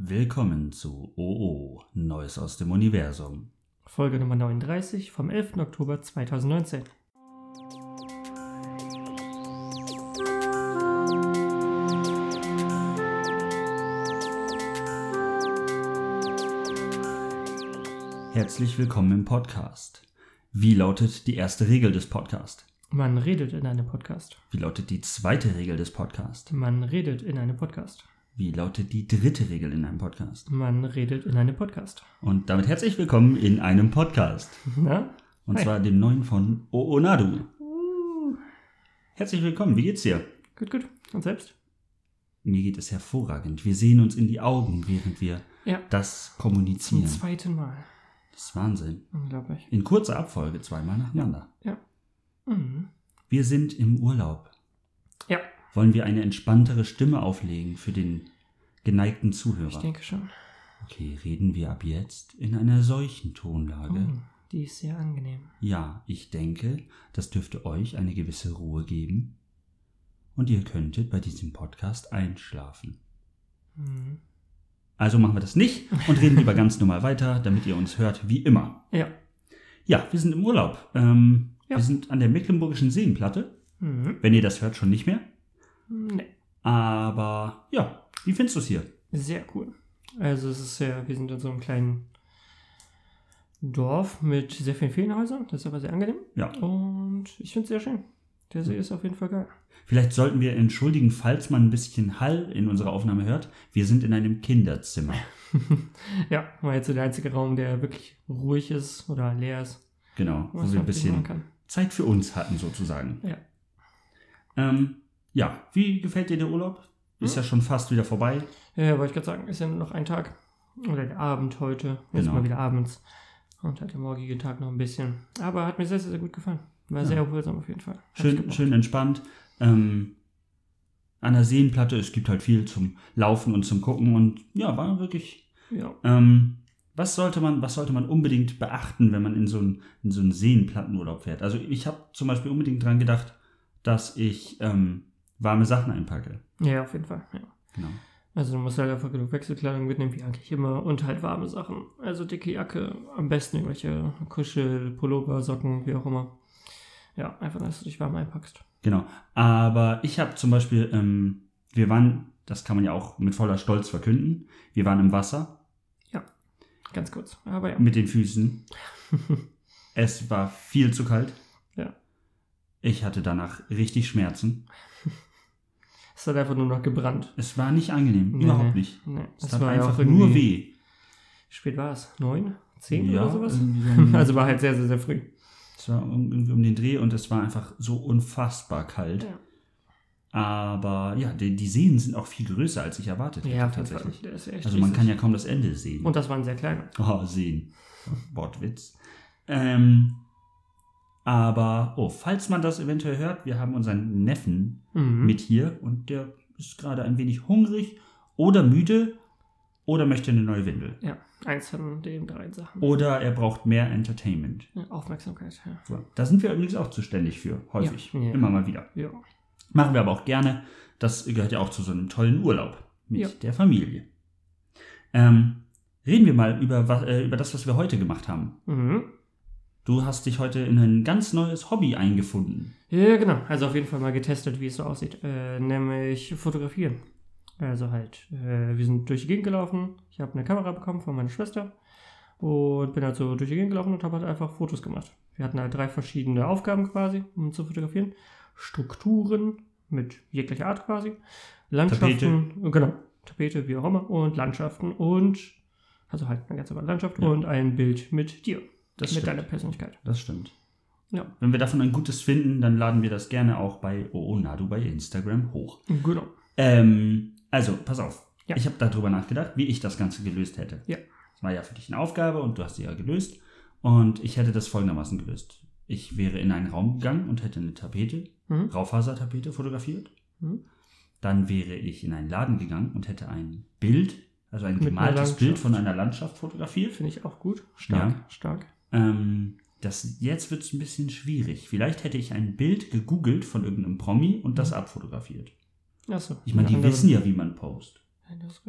Willkommen zu OO, Neues aus dem Universum. Folge Nummer 39 vom 11. Oktober 2019. Herzlich willkommen im Podcast. Wie lautet die erste Regel des Podcasts? Man redet in einem Podcast. Wie lautet die zweite Regel des Podcasts? Man redet in einem Podcast. Wie lautet die dritte Regel in einem Podcast? Man redet in einem Podcast. Und damit herzlich willkommen in einem Podcast. Na? Und Hi. zwar dem neuen von Oonadu. Herzlich willkommen, wie geht's dir? Gut. Und selbst? Mir geht es hervorragend. Wir sehen uns in die Augen, während wir Ja. das Zum kommunizieren. zweiten Mal. Das ist Wahnsinn. Unglaublich. In kurzer Abfolge zweimal nacheinander. Ja. Mhm. Wir sind im Urlaub. Ja, Wollen wir eine entspanntere Stimme auflegen für den geneigten ich Zuhörer? denke schon. Okay, reden wir ab jetzt in einer solchen Tonlage? Die ist sehr angenehm. Ja, ich denke, das dürfte euch eine gewisse Ruhe geben. Und ihr könntet bei diesem Podcast einschlafen. Mhm. Also machen wir das nicht und reden lieber ganz normal weiter, damit ihr uns hört, wie immer. Ja. Ja, wir sind im Urlaub. Wir sind an der Mecklenburgischen Seenplatte. Mhm. Wenn ihr das hört, schon nicht mehr. Nee. Aber ja, wie findest du es hier? Sehr cool. Also es ist sehr, wir sind in so einem kleinen Dorf mit sehr vielen Ferienhäusern. Das ist aber sehr angenehm. Ja. Und ich finde es sehr schön. Der See ist auf jeden Fall geil. Vielleicht sollten wir entschuldigen, falls man ein bisschen Hall in unserer Aufnahme hört. Wir sind in einem Kinderzimmer. Ja, war jetzt so der einzige Raum, der wirklich ruhig ist oder leer ist. Genau, wo Was wir ein man machen bisschen kann. Zeit für uns hatten sozusagen. Ja. Ja, wie gefällt dir der Urlaub? Ist ja schon fast wieder vorbei. Ja, wollte ich gerade sagen, ist ja nur noch ein Tag. Oder der Abend heute. Jetzt Genau. mal wieder abends. Und halt der morgige Tag noch ein bisschen. Aber hat mir sehr, sehr gut gefallen. War sehr erholsam auf jeden Fall. Hab ich gemocht. Schön entspannt. An der Seenplatte, es gibt halt viel zum Laufen und zum Gucken. Und ja, war wirklich... Ja. Was sollte man unbedingt beachten, wenn man in so einen Seenplattenurlaub fährt? Also ich habe zum Beispiel unbedingt dran gedacht, dass ich warme Sachen einpacke. Ja, auf jeden Fall. Ja. Genau. Also du musst halt einfach genug Wechselkleidung mitnehmen, wie eigentlich immer. Und halt warme Sachen. Also dicke Jacke, am besten irgendwelche Kuschel, Pullover, Socken, wie auch immer. Ja, einfach, dass du dich warm einpackst. Genau. Aber ich habe zum Beispiel, wir waren, das kann man ja auch mit voller Stolz verkünden, wir waren im Wasser Ganz kurz. Aber ja. mit den Füßen. Es war viel zu kalt. Ja. Ich hatte danach richtig Schmerzen. Es hat einfach nur noch gebrannt. Es war nicht angenehm, Nee, überhaupt nicht. Nee. Es Es tat war ja einfach auch irgendwie, nur weh. Wie spät war es? 9? 10 Ja, oder sowas? irgendwie so Also war halt sehr, sehr, sehr früh. Es war irgendwie um den Dreh und es war einfach so unfassbar kalt. Ja. Aber ja, die Seen sind auch viel größer, als ich erwartet hätte Ja, auf jeden tatsächlich. Fall. Der ist ja echt Also man riesig. kann ja kaum das Ende sehen. Und das waren sehr kleine. Oh, sehen. Wortwitz. Aber, falls man das eventuell hört, wir haben unseren Neffen mit hier und der ist gerade ein wenig hungrig oder müde oder möchte eine neue Windel. Ja, eins von den 3 Sachen. Oder er braucht mehr Entertainment. Ja, Aufmerksamkeit, ja. So. Da sind wir übrigens auch zuständig für, häufig. Ja. Ja. Immer mal wieder. Ja. Machen wir aber auch gerne. Das gehört ja auch zu so einem tollen Urlaub mit der Familie. Reden wir mal über das, was wir heute gemacht haben. Mhm. Du hast dich heute in ein ganz neues Hobby eingefunden. Ja, genau. Also auf jeden Fall mal getestet, wie es so aussieht. Nämlich fotografieren. Also halt, wir sind durch die Gegend gelaufen. Ich habe eine Kamera bekommen von meiner Schwester. Und bin halt so durch die Gegend gelaufen und habe halt einfach Fotos gemacht. Wir hatten halt 3 verschiedene Aufgaben quasi, um zu fotografieren. Strukturen mit jeglicher Art quasi. Landschaften, genau, Tapete, wie auch immer. Und Landschaften und, also halt eine ganz normale Landschaft und ein Bild mit dir. Das mit stimmt. deiner Persönlichkeit. Das stimmt. Ja. Wenn wir davon ein gutes finden, dann laden wir das gerne auch bei Oonadu bei Instagram hoch. Genau. Also, pass auf. Ja. Ich habe darüber nachgedacht, wie ich das Ganze gelöst hätte. Ja. Das war ja für dich eine Aufgabe und du hast sie ja gelöst. Und ich hätte das folgendermaßen gelöst. Ich wäre in einen Raum gegangen und hätte eine Tapete, Raufasertapete fotografiert. Mhm. Dann wäre ich in einen Laden gegangen und hätte ein Bild, also ein Mit einer gemaltes Landschaft. Bild von einer Landschaft fotografiert. Finde ich auch gut. Stark, Ja. stark. Jetzt wird es ein bisschen schwierig. Vielleicht hätte ich ein Bild gegoogelt von irgendeinem Promi und das abfotografiert. Achso. Ich meine, die wissen ja, wie man postet. Ja, das ist richtig.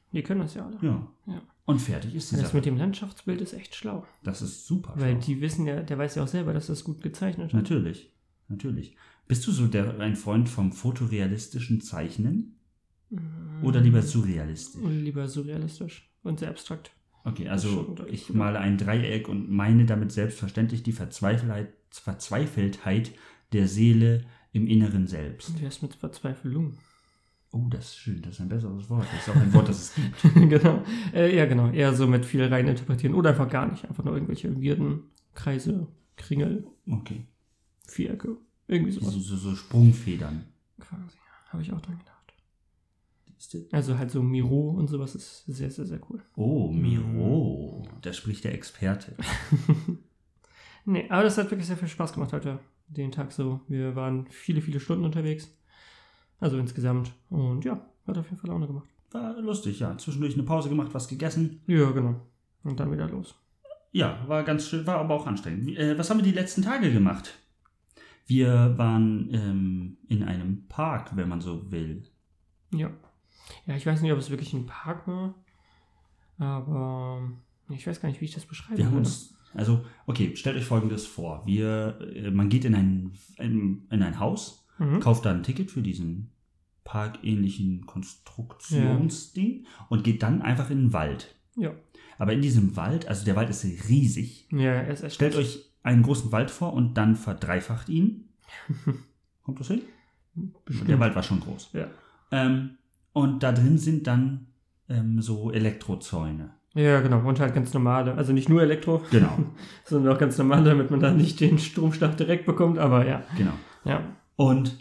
Die können das ja alle. Ja. Ja. Und fertig ist die Das Sache. mit dem Landschaftsbild ist echt schlau. Das ist super. Weil schlau. die wissen ja, der weiß ja auch selber, dass das gut gezeichnet hat. Natürlich. Bist du so ein Freund vom fotorealistischen Zeichnen? Oder lieber surrealistisch? Lieber surrealistisch und sehr abstrakt. Okay, also schon ich male ein Dreieck und meine damit selbstverständlich die Verzweifeltheit der Seele im Inneren selbst. Und wer ist mit Verzweiflung? Oh, das ist schön, das ist ein besseres Wort. Das ist auch ein Wort, das es gibt. Genau. Ja, genau. Eher so mit viel rein interpretieren oder einfach gar nicht. Einfach nur irgendwelche weirden Kreise, Kringel, Okay. Vierecke. Irgendwie sowas. So Sprungfedern. Quasi. Habe ich auch dran gedacht. Ist das? Also halt so Miro und sowas ist sehr, sehr, sehr cool. Oh, Miro. Da spricht der Experte. Nee, aber das hat wirklich sehr viel Spaß gemacht heute. Den Tag so. Wir waren viele, viele Stunden unterwegs. Also insgesamt. Und ja, hat auf jeden Fall Laune gemacht. War lustig, ja. Zwischendurch eine Pause gemacht, was gegessen. Ja, genau. Und dann wieder los. Ja, war ganz schön, war aber auch anstrengend. Was haben wir die letzten Tage gemacht? Wir waren in einem Park, wenn man so will. Ja. Ja, ich weiß nicht, ob es wirklich ein Park war. Aber ich weiß gar nicht, wie ich das beschreiben Wir haben würde. okay, stellt euch Folgendes vor. Man geht in ein Haus, kauft da ein Ticket für diesen parkähnlichen Konstruktionsding und geht dann einfach in den Wald. Ja. Aber in diesem Wald, also der Wald ist riesig. Ja, er ist echt. Stellt euch einen großen Wald vor und dann verdreifacht ihn. Kommt das hin? Bestimmt. Der Wald war schon groß. Ja. Und da drin sind dann so Elektrozäune. Ja, genau. Und halt ganz normale. Also nicht nur Elektro, Genau, sondern auch ganz normale, damit man dann nicht den Stromschlag direkt bekommt. Aber ja. genau. Ja. Und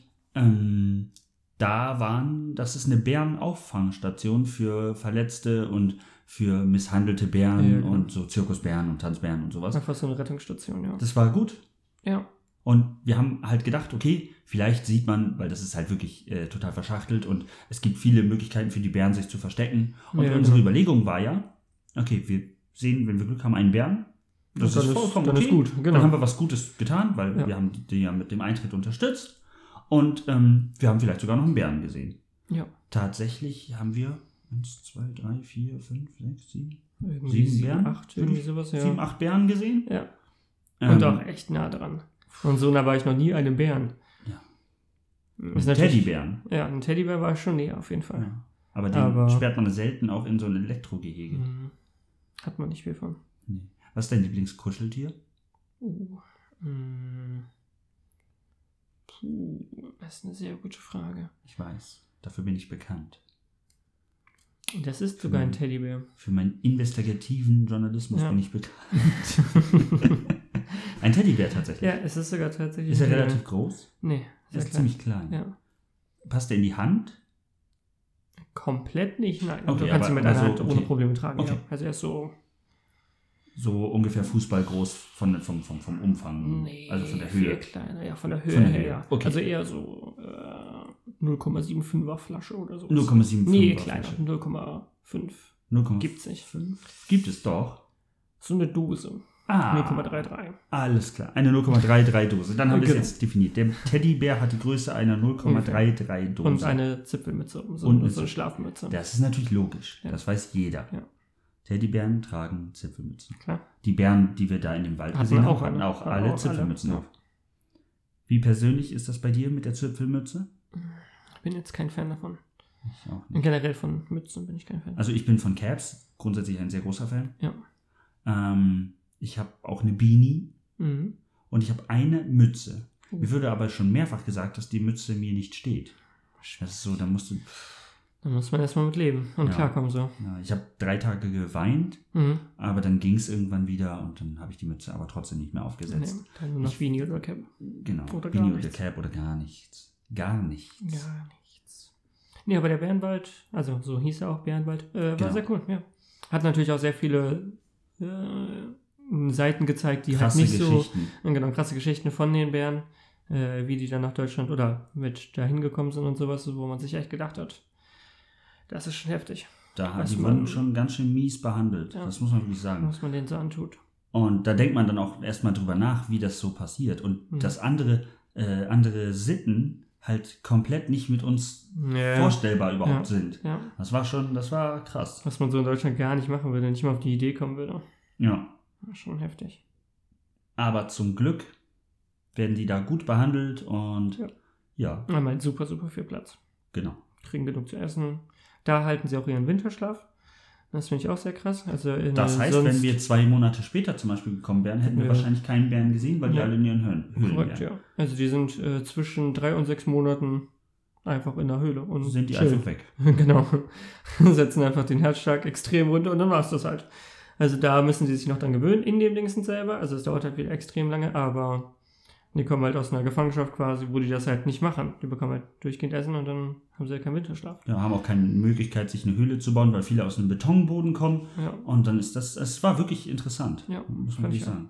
das ist eine Bärenauffangstation für Verletzte und für misshandelte Bären Ja, genau. und so Zirkusbären und Tanzbären und sowas. Einfach so eine Rettungsstation, ja. Das war gut. Ja. Und wir haben halt gedacht, okay, vielleicht sieht man, weil das ist halt wirklich total verschachtelt und es gibt viele Möglichkeiten für die Bären, sich zu verstecken. Und Ja, unsere genau. Überlegung war ja, okay, wir sehen, wenn wir Glück haben, einen Bären. Das Dann ist vollkommen dann okay. ist gut, genau. Dann haben wir was Gutes getan, weil Ja. wir haben die ja mit dem Eintritt unterstützt. Und wir haben vielleicht sogar noch einen Bären gesehen. Ja. Tatsächlich haben wir 1, 2, 3, 4, 5, 6, 7, Irgendwie 7 Bären? 8, irgendwie sowas, ja. 7, 8 Bären gesehen. Ja. Und auch echt nah dran. Und so nah war ich noch nie einem Bären. Ja. Ist natürlich- Teddybären. Ja, ein Teddybär war schon näher, auf jeden Fall. Ja. Aber den sperrt man selten auch in so ein Elektrogehege. Mhm. Hat man nicht viel von. Nee. Was ist dein Lieblingskuscheltier? Das ist eine sehr gute Frage. Ich weiß. Dafür bin ich bekannt. Das ist sogar ein Teddybär. Für meinen investigativen Journalismus Ja. bin ich bekannt. Ein Teddybär tatsächlich. Ja, es ist sogar tatsächlich. Ist er ein Teddybär. relativ groß? Nee, Er ist ziemlich klein. Ja. Passt er in die Hand? Komplett nicht, nein. Okay, du kannst ihn aber- mit einer also, Hand ohne okay. Probleme tragen. Okay. Ja. Also er ist so. So ungefähr Fußball groß vom Umfang. Nee, Also von der viel Höhe. kleiner. Ja, von der Höhe Von der her. Höhe. Ja. Okay. Also eher so 0,75er Flasche oder so. 0,75. Nee, kleiner. 0,5. 0,5. Gibt's nicht. Gibt es doch. So eine Dose. Ah. 0,33. Alles klar. Eine 0,33 Dose. Dann haben wir es Genau. jetzt definiert. Der Teddybär hat die Größe einer 0,33 Dose. Und eine Zipfelmütze. So, Und so eine Schlafmütze. Das ist natürlich logisch. Ja. Das weiß jeder. Ja. Teddybären tragen Zipfelmützen. Klar. Die Bären, die wir da in dem Wald Hatten gesehen auch haben, hatten eine. auch Hatten alle auch Zipfelmützen alle, auf. Wie persönlich ist das bei dir mit der Zipfelmütze? Ich bin jetzt kein Fan davon. Ich auch Und nicht. generell von Mützen bin ich kein Fan. Also ich bin von Caps grundsätzlich ein sehr großer Fan. Ja. Ich habe auch eine Beanie Mhm. und ich habe eine Mütze. Oh. Mir wurde aber schon mehrfach gesagt, dass die Mütze mir nicht steht. Das ist so, da musst du... Da muss man erstmal mit leben und Ja. klarkommen so. Ja, ich habe 3 Tage geweint, Mhm. aber dann ging es irgendwann wieder und dann habe ich die Mütze aber trotzdem nicht mehr aufgesetzt. Nee, dann nur noch Beanie oder Cap. Genau, Oder gar Beanie oder nichts. Cap oder gar nichts. Gar nichts. Gar nichts. Nee, aber der Bärenwald, also so hieß er auch, Bärenwald, war Genau. sehr cool, ja. Hat natürlich auch sehr viele Seiten gezeigt, die Krasse halt nicht Geschichten. so, genau, krasse Geschichten von den Bären, wie die dann nach Deutschland oder mit dahin gekommen sind und sowas, wo man sich echt gedacht hat, das ist schon heftig, Die wurden schon ganz schön mies behandelt. Ja. Das muss man wirklich sagen. was man denen so antut. Und da denkt man dann auch erstmal drüber nach, wie das so passiert. Und Mhm. dass andere Sitten halt komplett nicht mit uns vorstellbar überhaupt sind. Ja. Das war krass. Was man so in Deutschland gar nicht machen würde, nicht mal auf die Idee kommen würde. Ja. Schon heftig. Aber zum Glück werden die da gut behandelt und ja. Haben halt super, super viel Platz. Genau. Kriegen genug zu essen. Da halten sie auch ihren Winterschlaf. Das finde ich auch sehr krass. Also das heißt, wenn wir 2 Monate später zum Beispiel gekommen wären, hätten wir wahrscheinlich keinen Bären gesehen, weil die alle in ihren Höhlen korrekt, wären. Ja. Also die sind zwischen 3 und 6 Monaten einfach in der Höhle. Und sind die einfach weg. Genau. Setzen einfach den Herzschlag extrem runter und dann war es das halt. Also da müssen sie sich noch dran gewöhnen in dem Dingsen selber. Also es dauert halt wieder extrem lange, aber die kommen halt aus einer Gefangenschaft quasi, wo die das halt nicht machen. Die bekommen halt durchgehend Essen und dann haben sie halt keinen Winterschlaf. Ja, haben auch keine Möglichkeit, sich eine Höhle zu bauen, weil viele aus einem Betonboden kommen. Ja. Und dann ist es war wirklich interessant, muss man wirklich sagen.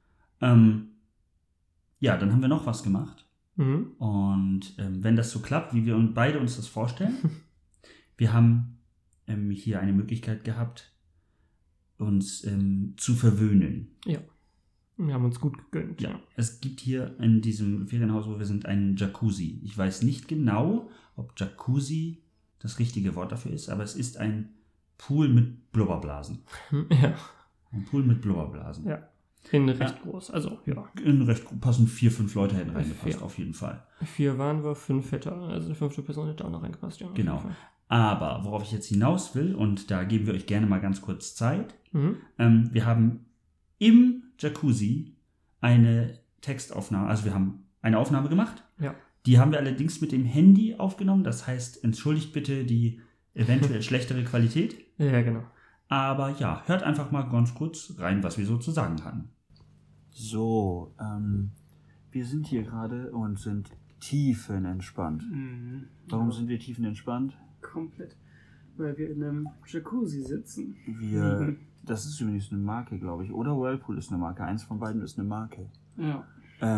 Ja, dann haben wir noch was gemacht. Mhm. Und wenn das so klappt, wie wir beide uns das vorstellen, wir haben hier eine Möglichkeit gehabt, uns zu verwöhnen. Ja. Wir haben uns gut gegönnt. Ja. Es gibt hier in diesem Ferienhaus, wo wir sind, einen Jacuzzi. Ich weiß nicht genau, ob Jacuzzi das richtige Wort dafür ist, aber es ist ein Pool mit Blubberblasen. Ja. Ein Pool mit Blubberblasen. Ja. In recht groß. Also, ja. In recht groß. Passen 4, 5 Leute hätten reingepasst, auf jeden Fall. 4 waren wir, 5 hätte. Also eine 5. Person hätte auch noch reingepasst, ja. Genau. Aber worauf ich jetzt hinaus will, und da geben wir euch gerne mal ganz kurz Zeit. Wir haben im Jacuzzi eine Textaufnahme, also wir haben eine Aufnahme gemacht. Ja. Die haben wir allerdings mit dem Handy aufgenommen. Das heißt, entschuldigt bitte die eventuell schlechtere Qualität. Ja, genau. Aber ja, hört einfach mal ganz kurz rein, was wir so zu sagen hatten. So, wir sind hier gerade und sind tiefenentspannt. Warum sind wir tiefenentspannt? Komplett. Weil wir in einem Jacuzzi sitzen. Das ist übrigens eine Marke, glaube ich. Oder Whirlpool ist eine Marke. Eins von beiden ist eine Marke. Ja.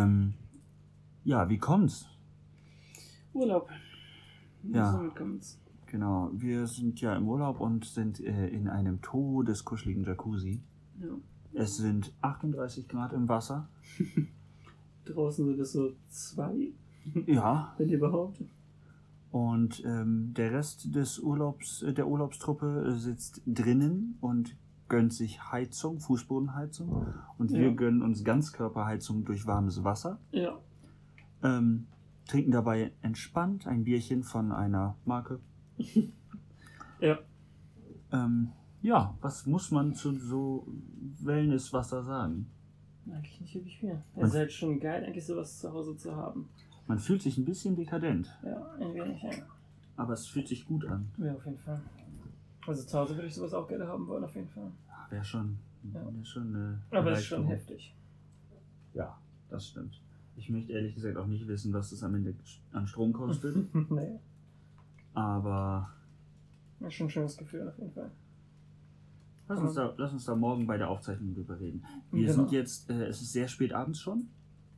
Ja, wie kommt's? Urlaub. Ja. Somit kommt's. Genau. Wir sind ja im Urlaub und sind in einem todeskuscheligen Jacuzzi. Ja. Es sind 38 Grad im Wasser. Draußen sind es so 2. Ja. Wenn überhaupt. Und der Rest des der Urlaubstruppe sitzt drinnen und gönnt sich Heizung, Fußbodenheizung. Und wir gönnen uns Ganzkörperheizung durch warmes Wasser. Ja. Trinken dabei entspannt ein Bierchen von einer Marke. Ja. Ja, was muss man zu so Wellnesswasser sagen? Eigentlich nicht wirklich viel. Es ist halt schon geil, eigentlich sowas zu Hause zu haben. Man fühlt sich ein bisschen dekadent. Ja, ein wenig, ja. Aber es fühlt sich gut an. Ja, auf jeden Fall. Also zu Hause würde ich sowas auch gerne haben wollen, auf jeden Fall. Wäre schon eine Aber es ist schon heftig. Ja, das stimmt. Ich möchte ehrlich gesagt auch nicht wissen, was das am Ende an Strom kostet. Nee. Aber... Das ist schon ein schönes Gefühl, auf jeden Fall. Lass uns da morgen bei der Aufzeichnung drüber reden. Wir sind jetzt... es ist sehr spät abends schon.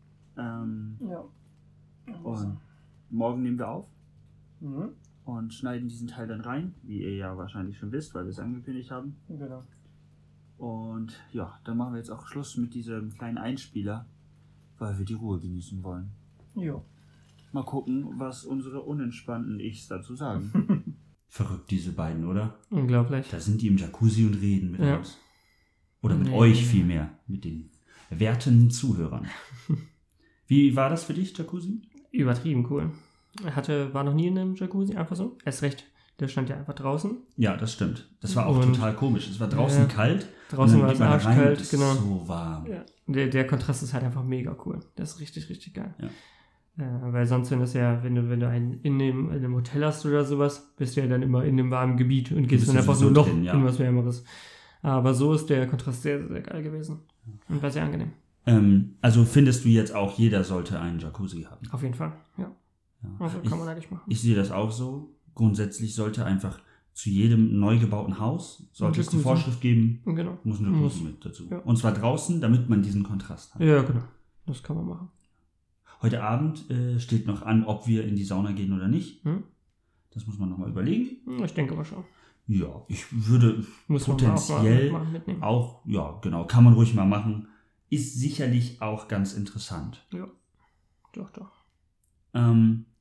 Ja. Und morgen nehmen wir auf. Mhm. Und schneiden diesen Teil dann rein, wie ihr ja wahrscheinlich schon wisst, weil wir es angekündigt haben. Genau. Und ja, dann machen wir jetzt auch Schluss mit diesem kleinen Einspieler, weil wir die Ruhe genießen wollen. Jo. Mal gucken, was unsere unentspannten Ichs dazu sagen. Verrückt, diese beiden, oder? Unglaublich. Da sind die im Jacuzzi und reden mit uns. Oder mit euch vielmehr, mit den werten Zuhörern. Wie war das für dich, Jacuzzi? Übertrieben cool. War noch nie in einem Jacuzzi, einfach so. Erst recht, der stand ja einfach draußen. Ja, das stimmt. Das war auch total komisch. Es war draußen kalt. Draußen war es arschkalt, ist genau. So warm. Ja. Der Kontrast ist halt einfach mega cool. Das ist richtig, richtig geil. Ja. Weil sonst, wenn du einen in einem Hotel hast oder sowas, bist du ja dann immer in dem warmen Gebiet und gehst dann einfach nur noch in was Wärmeres. Aber so ist der Kontrast sehr, sehr geil gewesen. Und war sehr angenehm. Also findest du jetzt auch, jeder sollte einen Jacuzzi haben? Auf jeden Fall, ja. Also kann man eigentlich machen. Ich sehe das auch so. Grundsätzlich sollte einfach zu jedem neu gebauten Haus sollte es die Vorschrift geben, muss ein Jacuzzi mit dazu. Ja. Und zwar draußen, damit man diesen Kontrast hat. Ja, genau. Das kann man machen. Heute Abend steht noch an, ob wir in die Sauna gehen oder nicht. Das muss man nochmal überlegen. Ich denke aber schon. Ja, ich würde muss potenziell auch, ja genau, kann man ruhig mal machen. Ist sicherlich auch ganz interessant. Ja, doch.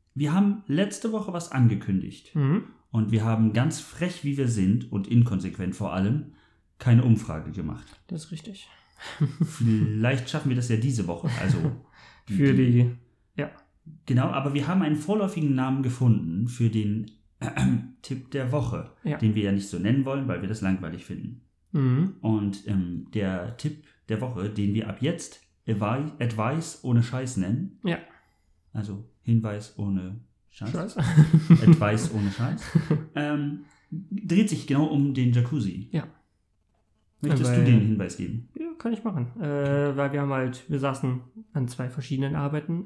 wir haben letzte Woche was angekündigt. Und wir haben ganz frech, wie wir sind und inkonsequent vor allem, keine Umfrage gemacht. Das ist richtig. Vielleicht schaffen wir das ja diese Woche. Also Für die, ja. Genau, aber wir haben einen vorläufigen Namen gefunden für den Tipp der Woche, den wir ja nicht so nennen wollen, weil wir das langweilig finden. Und der Tipp der Woche, den wir ab jetzt Advice ohne Scheiß nennen. Ja. Also Hinweis ohne Scheiß. Advice ohne Scheiß. Dreht sich genau um den Jacuzzi. Ja. Möchtest du den Hinweis geben? Ja, kann ich machen. Weil wir saßen an 2 verschiedenen Abenden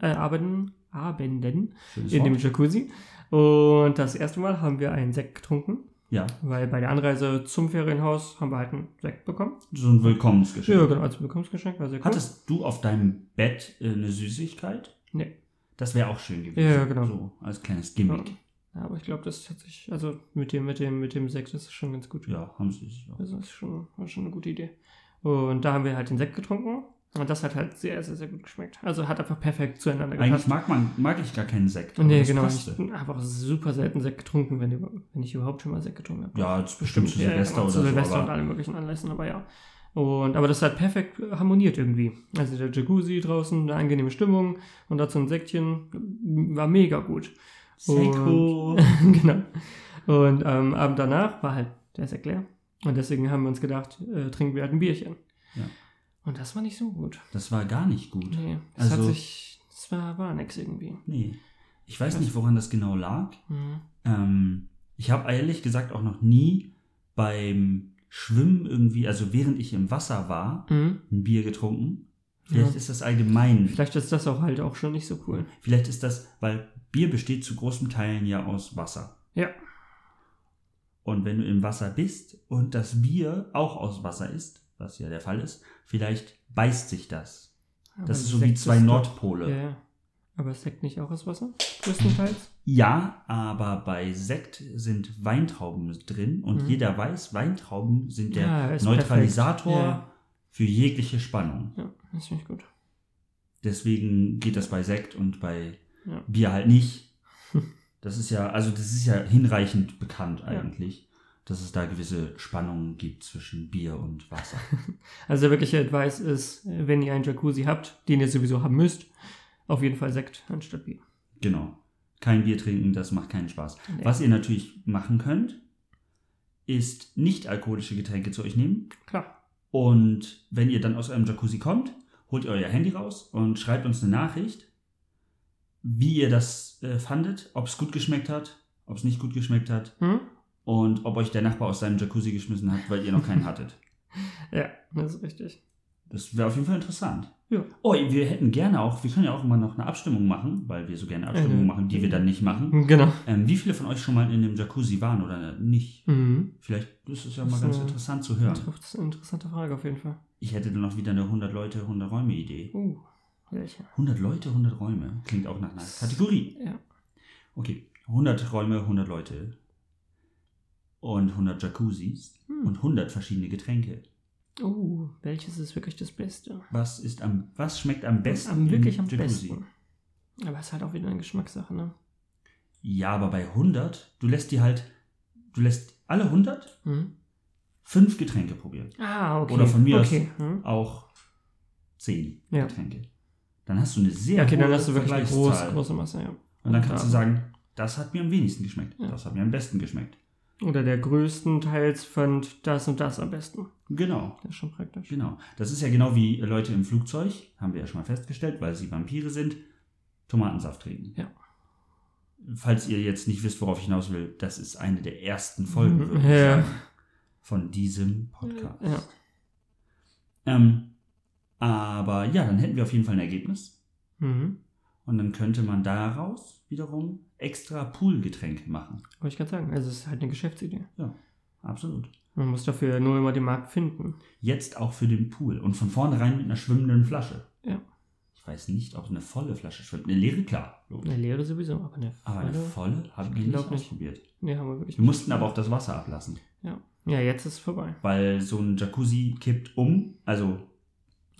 in dem Jacuzzi. Und das erste Mal haben wir einen Sekt getrunken. Ja. Weil bei der Anreise zum Ferienhaus haben wir halt einen Sekt bekommen. So ein Willkommensgeschenk. Ja, genau, als Willkommensgeschenk. War sehr cool. Hattest du auf deinem Bett eine Süßigkeit? Nee. Das wäre auch schön gewesen. Ja, genau. So als kleines Gimmick. Ja, aber ich glaube, das ist tatsächlich, also mit dem Sekt ist es schon ganz gut. Ja, haben sie sich auch. Also das war schon eine gute Idee. Und da haben wir halt den Sekt getrunken. Und das hat halt sehr, sehr, sehr gut geschmeckt. Also hat einfach perfekt zueinander gepasst. Eigentlich mag ich gar keinen Sekt. Nee, genau. Ich habe einfach super selten Sekt getrunken, wenn ich überhaupt schon mal Sekt getrunken habe. Ja, das ist bestimmt zu Silvester oder so. Zu Silvester und allen möglichen Anlässen, aber ja. Aber das hat perfekt harmoniert irgendwie. Also der Jacuzzi draußen, eine angenehme Stimmung und dazu ein Säckchen war mega gut. Seko. Genau. Und am Abend danach war halt der Sekt leer. Und deswegen haben wir uns gedacht, trinken wir halt ein Bierchen. Ja. Und das war nicht so gut. Das war gar nicht gut. Nee, das war nix irgendwie. Nee. Ich weiß nicht, woran das genau lag. Ich habe ehrlich gesagt auch noch nie beim Schwimmen irgendwie, also während ich im Wasser war, ein Bier getrunken. Vielleicht ist das allgemein. Vielleicht ist das auch halt auch schon nicht so cool. Vielleicht ist das, weil Bier besteht zu großen Teilen ja aus Wasser. Ja. Und wenn du im Wasser bist und das Bier auch aus Wasser ist, was ja der Fall ist, vielleicht beißt sich das. Aber das ist so wie 2 Nordpole. Ja. Aber Sekt nicht auch aus Wasser? Größtenteils? Ja, aber bei Sekt sind Weintrauben drin und jeder weiß, Weintrauben sind der Neutralisator für jegliche Spannung. Ja, das finde ich gut. Deswegen geht das bei Sekt und bei Bier halt nicht. Das ist ja hinreichend bekannt eigentlich, dass es da gewisse Spannungen gibt zwischen Bier und Wasser. Also der wirkliche Advice ist, wenn ihr einen Jacuzzi habt, den ihr sowieso haben müsst, auf jeden Fall Sekt anstatt Bier. Genau. Kein Bier trinken, das macht keinen Spaß. Nee. Was ihr natürlich machen könnt, ist nicht alkoholische Getränke zu euch nehmen. Klar. Und wenn ihr dann aus eurem Jacuzzi kommt, holt ihr euer Handy raus und schreibt uns eine Nachricht, wie ihr das fandet, ob es gut geschmeckt hat, ob es nicht gut geschmeckt hat und ob euch der Nachbar aus seinem Jacuzzi geschmissen hat, weil ihr noch keinen hattet. Ja, das ist richtig. Das wäre auf jeden Fall interessant. Ja. Oh, wir können ja auch immer noch eine Abstimmung machen, weil wir so gerne Abstimmungen machen, die wir dann nicht machen. Genau. Wie viele von euch schon mal in einem Jacuzzi waren oder nicht? Vielleicht ist es ja mal ganz interessant zu hören. Das ist eine interessante Frage auf jeden Fall. Ich hätte dann noch wieder eine 100 Leute, 100 Räume Idee. Welche? 100 Leute, 100 Räume. Klingt auch nach einer Kategorie. Ja. Okay, 100 Räume, 100 Leute und 100 Jacuzzis und 100 verschiedene Getränke. Welches ist wirklich das Beste? Was schmeckt am besten? Wirklich am besten. Aber es ist halt auch wieder eine Geschmackssache, ne? Ja, aber bei 100, du lässt alle 100 5 Getränke probieren. Okay. Oder von mir aus auch 10 Ja. Getränke. Dann hast du eine sehr hohe dann hast du wirklich eine Vergleichszahl. große Masse, ja. Und dann kannst du sagen, das hat mir am wenigsten geschmeckt. Ja. Das hat mir am besten geschmeckt. Oder der größtenteils fand das und das am besten. Genau. Das ist schon praktisch. Genau. Das ist ja genau wie Leute im Flugzeug, haben wir ja schon mal festgestellt, weil sie Vampire sind, Tomatensaft trinken. Ja. Falls ihr jetzt nicht wisst, worauf ich hinaus will, das ist eine der ersten Folgen, würde ich sagen, von diesem Podcast. Ja. Aber ja, dann hätten wir auf jeden Fall ein Ergebnis. Und dann könnte man daraus wiederum extra Poolgetränke machen. Wollte ich gerade sagen, also es ist halt eine Geschäftsidee. Ja, absolut. Man muss dafür nur immer den Markt finden. Jetzt auch für den Pool und von vornherein mit einer schwimmenden Flasche. Ja. Ich weiß nicht, ob eine volle Flasche schwimmt. Eine leere, klar. Eine leere sowieso, aber eine volle haben wir nicht ausprobiert. Nee, haben wir wirklich nicht. Wir mussten aber auch das Wasser ablassen. Ja, jetzt ist es vorbei. Weil so ein Jacuzzi kippt um, also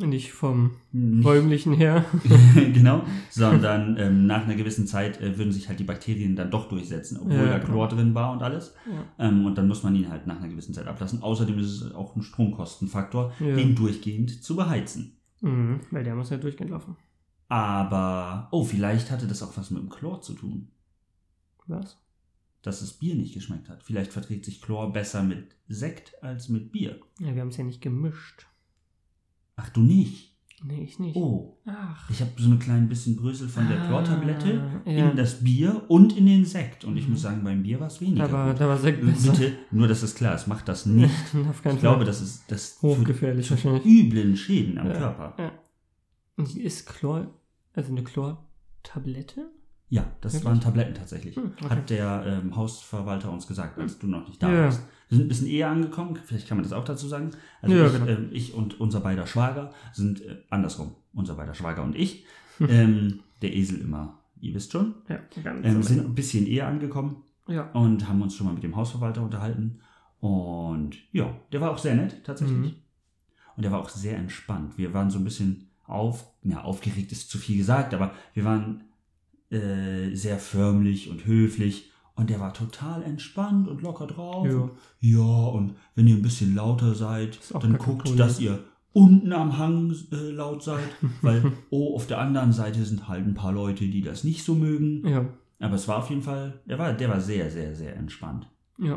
Nicht vom räumlichen her. Genau, sondern nach einer gewissen Zeit würden sich halt die Bakterien dann doch durchsetzen, obwohl da Chlor drin war und alles. Ja. Und dann muss man ihn halt nach einer gewissen Zeit ablassen. Außerdem ist es auch ein Stromkostenfaktor, den durchgehend zu beheizen. Weil der muss ja durchgehend laufen. Aber, vielleicht hatte das auch was mit dem Chlor zu tun. Was? Dass das Bier nicht geschmeckt hat. Vielleicht verträgt sich Chlor besser mit Sekt als mit Bier. Ja, wir haben es ja nicht gemischt. Ach, du nicht? Nee, ich nicht. Oh. Ach. Ich habe so ein klein bisschen Brösel von der Chlortablette in das Bier und in den Sekt. Und ich muss sagen, beim Bier war es weniger. Aber da war Sekt besser. Bitte, nur dass es klar ist, macht das nicht. Auf keinen Ich glaube, das hochgefährlich wahrscheinlich. Üblen Schäden am Körper. Ja. Und ist Chlor, also eine Chlortablette? Ja, das waren Tabletten tatsächlich. Okay. Hat der Hausverwalter uns gesagt, als du noch nicht da warst. Wir sind ein bisschen eher angekommen, vielleicht kann man das auch dazu sagen. Also ich und unser beider Schwager sind andersrum. Unser beider Schwager und ich. Der Esel immer, ihr wisst schon. Ja, ganz sind ein bisschen eher angekommen und haben uns schon mal mit dem Hausverwalter unterhalten. Und ja, der war auch sehr nett, tatsächlich. Und der war auch sehr entspannt. Wir waren so ein bisschen aufgeregt ist zu viel gesagt, aber wir waren sehr förmlich und höflich und der war total entspannt und locker drauf. Ja, und wenn ihr ein bisschen lauter seid, dann guckt, dass ihr unten am Hang laut seid, weil auf der anderen Seite sind halt ein paar Leute, die das nicht so mögen. Ja. Aber es war auf jeden Fall, der war sehr, sehr, sehr entspannt. Ja.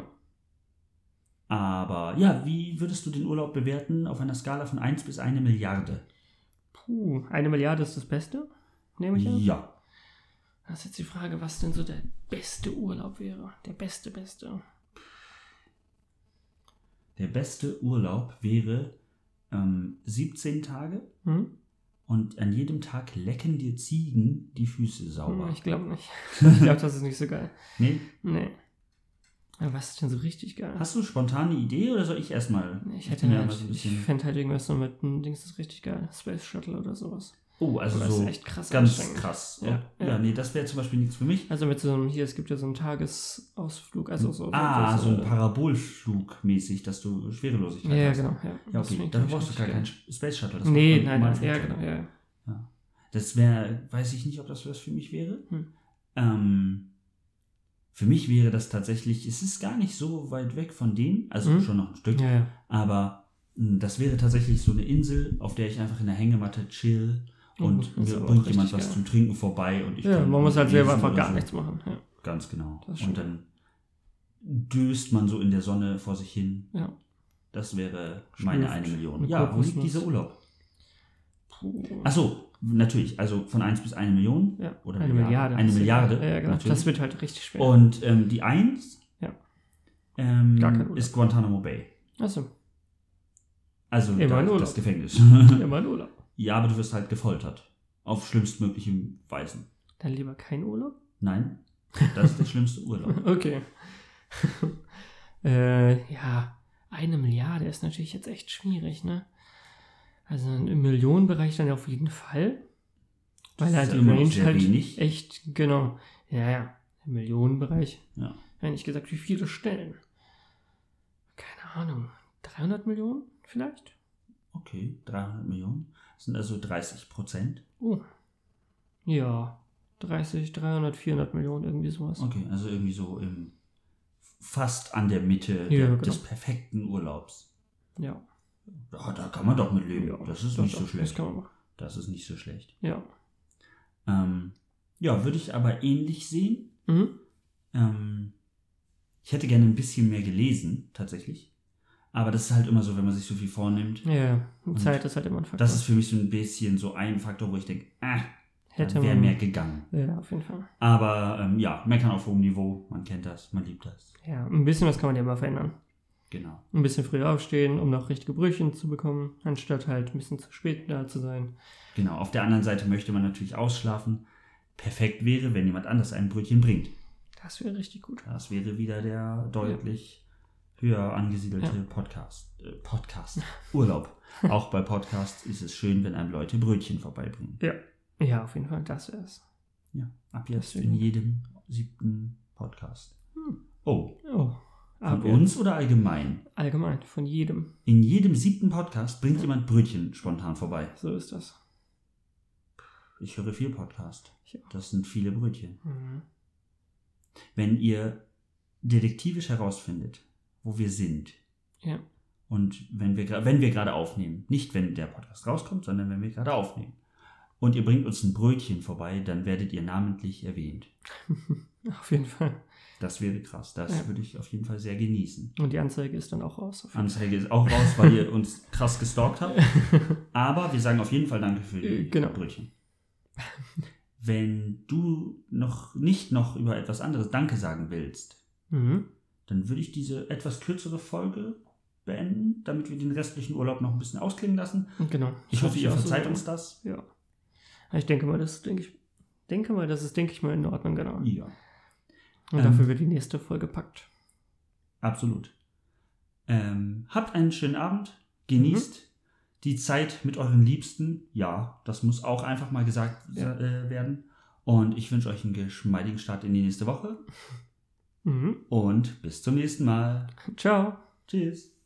Aber ja, wie würdest du den Urlaub bewerten auf einer Skala von 1 bis 1 Milliarde? 1 Milliarde ist das Beste, nehme ich an? Ja. Das ist jetzt die Frage, was denn so der beste Urlaub wäre. Der beste. Der beste Urlaub wäre 17 Tage und an jedem Tag lecken dir Ziegen die Füße sauber. Ich glaube nicht. Ich glaube, das ist nicht so geil. Nee? Nee. Aber was ist denn so richtig geil? Hast du spontane Idee oder soll ich erstmal? Ich fände halt irgendwas so mit einem Dings, das ist richtig geil. Space Shuttle oder sowas. Oh, also das so ist echt krass ganz krass. Ja, nee, das wäre zum Beispiel nichts für mich. Also mit so einem, es gibt ja so einen Tagesausflug, also so ein Parabolflug mäßig, dass du Schwerelosigkeit hast. Genau. Ja, okay, dann brauchst du gar keinen Space Shuttle. Das nein, genau, ja. Das wäre, weiß ich nicht, ob das was für mich wäre. Für mich wäre das tatsächlich, es ist gar nicht so weit weg von dem, also schon noch ein Stück, aber das wäre tatsächlich so eine Insel, auf der ich einfach in der Hängematte chill. Und mir bringt jemand was zum Trinken vorbei. Und ich man muss halt selber einfach gar nichts machen. Ja. Ganz genau. Und dann döst man so in der Sonne vor sich hin. Ja. Das wäre meine 1 Million. Ja, wo liegt dieser Urlaub? Achso, natürlich. Also von 1 bis 1 Million. Ja. Oder 1 Milliarde. 1 Milliarde. Ja, genau. Natürlich. Das wird halt richtig schwer. Und die 1 ist Guantanamo Bay. Achso. Also das Gefängnis. Immer in Urlaub. Ja, aber du wirst halt gefoltert. Auf schlimmstmöglichen Weisen. Dann lieber kein Urlaub? Nein, das ist der schlimmste Urlaub. Okay. 1 Milliarde ist natürlich jetzt echt schwierig, ne? Also im Millionenbereich dann auf jeden Fall. Weil halt die Range halt wenig. Echt, genau. Ja, im Millionenbereich. Ja. Ehrlich gesagt, wie viele Stellen? Keine Ahnung. 300 Millionen vielleicht? Okay, 300 Millionen. Das sind also 30%. Ja, 30, 300, 400 Millionen, irgendwie sowas. Okay, also irgendwie so fast an der Mitte des perfekten Urlaubs. Ja. Da kann man doch mit leben. Ja, das ist nicht so schlecht. Das kann man machen. Das ist nicht so schlecht. Ja. Würde ich aber ähnlich sehen. Ich hätte gerne ein bisschen mehr gelesen, tatsächlich. Aber das ist halt immer so, wenn man sich so viel vornimmt. Ja, Zeit ist halt immer ein Faktor. Das ist für mich so ein bisschen so ein Faktor, wo ich denke, wäre mehr gegangen. Ja, auf jeden Fall. Aber meckern auf hohem Niveau, man kennt das, man liebt das. Ja, ein bisschen was kann man ja immer verändern. Genau. Ein bisschen früher aufstehen, um noch richtige Brötchen zu bekommen, anstatt halt ein bisschen zu spät da zu sein. Genau, auf der anderen Seite möchte man natürlich ausschlafen. Perfekt wäre, wenn jemand anders ein Brötchen bringt. Das wäre richtig gut. Das wäre wieder der deutlich höher angesiedelte Podcast. Urlaub. Auch bei Podcasts ist es schön, wenn einem Leute Brötchen vorbeibringen. Ja, auf jeden Fall, das wäre es. Ja, ab jetzt in jedem 7. Podcast. Oh. Von uns oder allgemein? Allgemein, von jedem. In jedem 7. Podcast bringt jemand Brötchen spontan vorbei. So ist das. Ich höre viel Podcast. Ja. Das sind viele Brötchen. Mhm. Wenn ihr detektivisch herausfindet, wo wir sind, Ja. und wenn wir gerade aufnehmen, nicht wenn der Podcast rauskommt, sondern wenn wir gerade aufnehmen, und ihr bringt uns ein Brötchen vorbei, dann werdet ihr namentlich erwähnt. Auf jeden Fall. Das wäre krass. Das würde ich auf jeden Fall sehr genießen. Und die Anzeige ist dann auch raus. Anzeige ist auch raus, weil ihr uns krass gestalkt habt. Aber wir sagen auf jeden Fall Danke für die Brötchen. Wenn du nicht noch über etwas anderes Danke sagen willst, dann würde ich diese etwas kürzere Folge beenden, damit wir den restlichen Urlaub noch ein bisschen ausklingen lassen. Genau. Ich hoffe, ihr verzeiht uns das. Ja. Ich denke mal, das ist in Ordnung, genau. Ja. Und dafür wird die nächste Folge gepackt. Absolut. Habt einen schönen Abend. Genießt die Zeit mit euren Liebsten. Ja, das muss auch einfach mal gesagt werden. Und ich wünsche euch einen geschmeidigen Start in die nächste Woche. Und bis zum nächsten Mal. Ciao. Tschüss.